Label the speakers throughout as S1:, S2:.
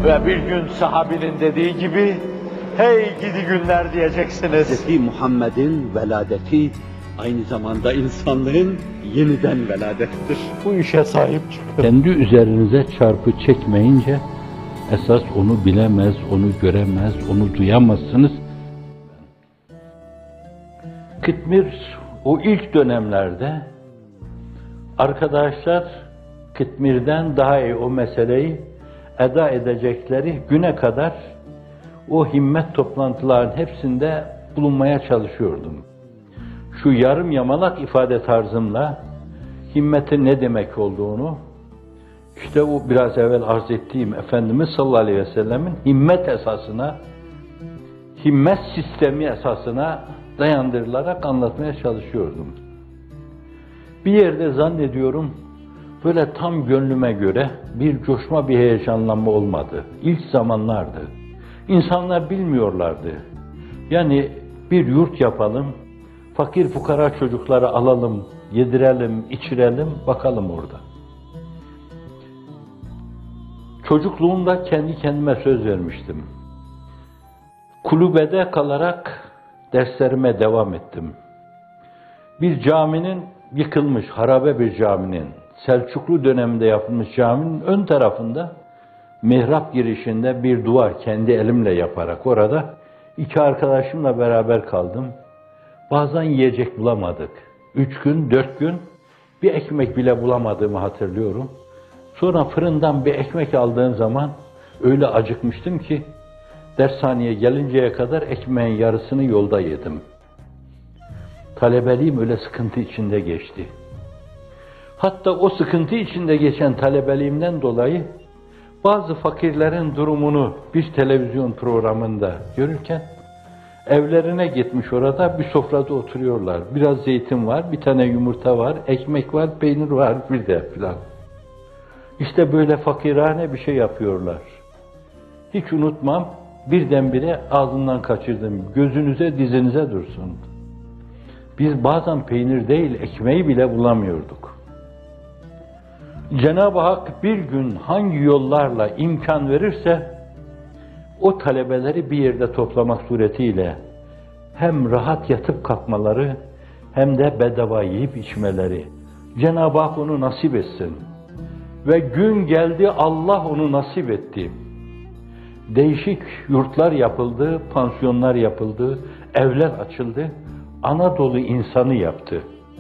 S1: Ve bir gün sahabinin dediği gibi, hey gidi günler diyeceksiniz.
S2: Hz. Muhammed'in veladeti aynı zamanda insanlığın yeniden veladettir.
S1: Bu işe sahip çıkın.
S3: Kendi üzerinize çarpı çekmeyince, esas onu bilemez, onu göremez, onu duyamazsınız. Kıtmir, o ilk dönemlerde, arkadaşlar Kıtmir'den daha iyi o meseleyi eda edecekleri güne kadar o himmet toplantılarının hepsinde bulunmaya çalışıyordum. Şu yarım yamalak ifade tarzımla himmetin ne demek olduğunu, işte o biraz evvel arz ettiğim Efendimiz sallallahu aleyhi ve sellemin himmet esasına, himmet sistemi esasına dayandırılarak anlatmaya çalışıyordum. Bir yerde zannediyorum, böyle tam gönlüme göre bir coşma, bir heyecanlanma olmadı. İlk zamanlardı. İnsanlar bilmiyorlardı. Yani bir yurt yapalım, fakir fukara çocukları alalım, yedirelim, içirelim, bakalım orada. Çocukluğumda kendi kendime söz vermiştim. Kulübede kalarak derslerime devam ettim. Bir caminin yıkılmış, harabe bir caminin, Selçuklu döneminde yapılmış caminin ön tarafında, mihrap girişinde bir duvar kendi elimle yaparak orada iki arkadaşımla beraber kaldım. Bazen yiyecek bulamadık. 3 gün, 4 gün bir ekmek bile bulamadığımı hatırlıyorum. Sonra fırından bir ekmek aldığım zaman öyle acıkmıştım ki dershaneye gelinceye kadar ekmeğin yarısını yolda yedim. Talebeliğim öyle sıkıntı içinde geçti. Hatta o sıkıntı içinde geçen talebeliğimden dolayı bazı fakirlerin durumunu bir televizyon programında görürken evlerine gitmiş, orada bir sofrada oturuyorlar. Biraz zeytin var, bir tane yumurta var, ekmek var, peynir var, bir de filan. İşte böyle fakirane bir şey yapıyorlar. Hiç unutmam, birdenbire ağzından kaçırdım. Gözünüze, dizinize dursun. Biz bazen peynir değil, ekmeği bile bulamıyorduk. Cenab-ı Hak bir gün hangi yollarla imkan verirse, o talebeleri bir yerde toplamak suretiyle hem rahat yatıp kalkmaları, hem de bedava yiyip içmeleri, Cenab-ı Hak onu nasip etsin. Ve gün geldi, Allah onu nasip etti. Değişik yurtlar yapıldı, pansiyonlar yapıldı, evler açıldı, Anadolu insanı yaptı.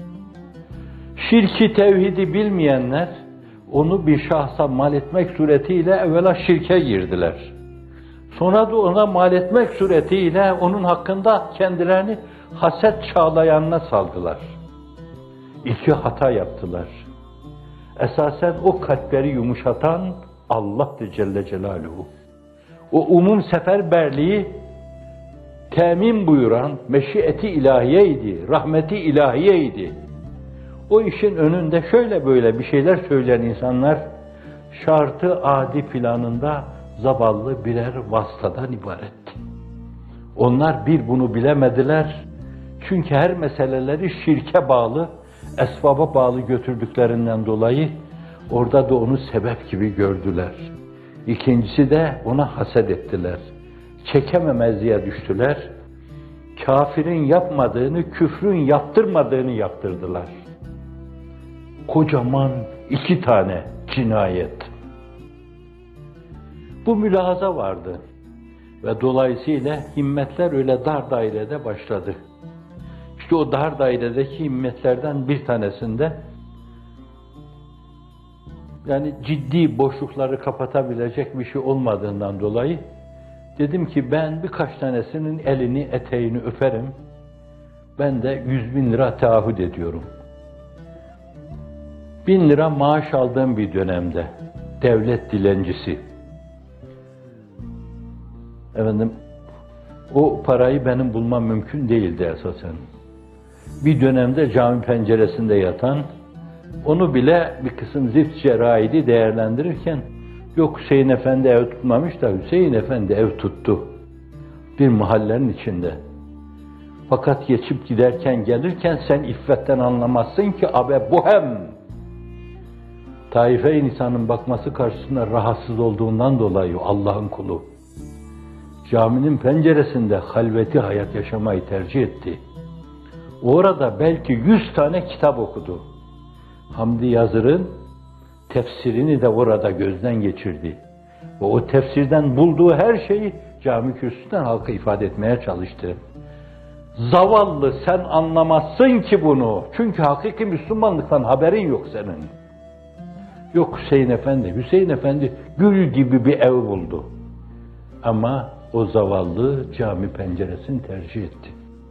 S3: Şirki tevhidi bilmeyenler, onu bir şahsa mal etmek suretiyle evvela şirke girdiler. Sonra da ona mal etmek suretiyle onun hakkında kendilerini haset çağlayanına saldılar. İki hata yaptılar. Esasen o kalpleri yumuşatan Allah'tı Celle Celaluhu. O umum seferberliği temin buyuran meşiyeti ilahiyeydi, rahmeti ilahiyeydi. O işin önünde şöyle böyle bir şeyler söyleyen insanlar, şartı adi planında zavallı birer vasıtadan ibaretti. Onlar bir bunu bilemediler, çünkü her meseleleri şirke bağlı, esbaba bağlı götürdüklerinden dolayı, orada da onu sebep gibi gördüler. İkincisi de ona haset ettiler. Çekememezliğe düştüler. Kafirin yapmadığını, küfrün yaptırmadığını yaptırdılar. Kocaman 2 tane cinayet. Bu mülahaza vardı. Ve dolayısıyla himmetler öyle dar dairede başladı. İşte o dar dairedeki himmetlerden bir tanesinde, yani ciddi boşlukları kapatabilecek bir şey olmadığından dolayı, dedim ki ben birkaç tanesinin elini, eteğini öperim. Ben de 100.000 lira taahhüt ediyorum. 1000 lira maaş aldığım bir dönemde, devlet dilencisi. Efendim, o parayı benim bulmam mümkün değildi esasen. Bir dönemde cami penceresinde yatan, onu bile bir kısım zift cerrahiydi değerlendirirken, yok Hüseyin Efendi ev tutmamış da Hüseyin Efendi ev tuttu. Bir mahallenin içinde. Fakat geçip giderken gelirken sen iffetten anlamazsın ki abe bohem. taife insanın bakması karşısında rahatsız olduğundan dolayı Allah'ın kulu caminin penceresinde halveti hayat yaşamayı tercih etti. Orada belki 100 tane kitap okudu. Hamdi Yazır'ın tefsirini de orada gözden geçirdi. Ve o tefsirden bulduğu her şeyi cami kürsüsünden halka ifade etmeye çalıştı. Zavallı, sen anlamazsın ki bunu. Çünkü hakiki Müslümanlıktan haberin yok senin. Yok Hüseyin Efendi. Hüseyin Efendi gül gibi bir ev buldu. Ama o zavallı cami penceresini tercih etti.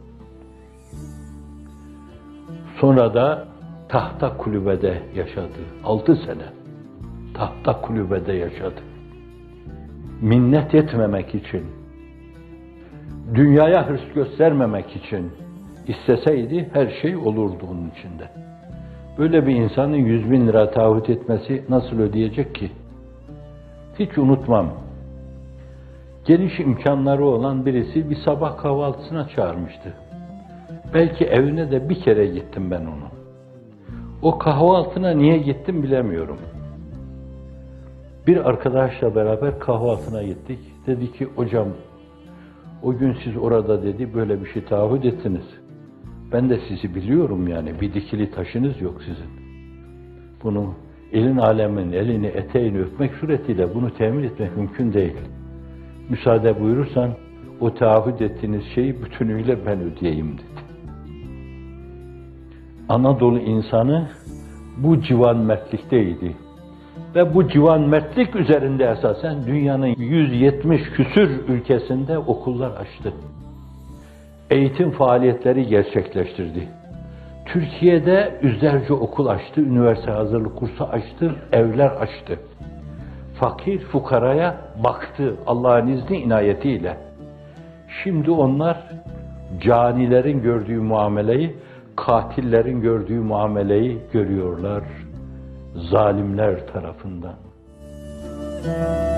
S3: Sonra da tahta kulübede yaşadı. 6 sene. Tahta kulübede yaşadı. Minnet etmemek için, dünyaya hırs göstermemek için isteseydi her şey olurdu onun içinde. Böyle bir insanın 100.000 lira taahhüt etmesi nasıl ödeyecek ki? Hiç unutmam. Geniş imkanları olan birisi bir sabah kahvaltısına çağırmıştı. Belki evine de bir kere gittim ben onun. O kahvaltına niye gittim bilemiyorum. Bir arkadaşla beraber kahvaltına gittik. Dedi ki hocam o gün siz orada dedi böyle bir şey taahhüt ettiniz. Ben de sizi biliyorum yani bir dikili taşınız yok sizin. Bunu elin alemin elini eteğini öpmek suretiyle bunu temin etmek mümkün değil. Müsaade buyurursan o taahhüt ettiğiniz şeyi bütünüyle ben ödeyeyim dedi. Anadolu insanı bu civan mertlikteydi. Ve bu civan mertlik üzerinde esasen dünyanın 170 küsür ülkesinde okullar açtı. Eğitim faaliyetleri gerçekleştirdi. Türkiye'de yüzlerce okul açtı, üniversite hazırlık kursu açtı, evler açtı. Fakir fukaraya baktı Allah'ın izni inayetiyle. Şimdi onlar canilerin gördüğü muameleyi, katillerin gördüğü muameleyi görüyorlar zalimler tarafından.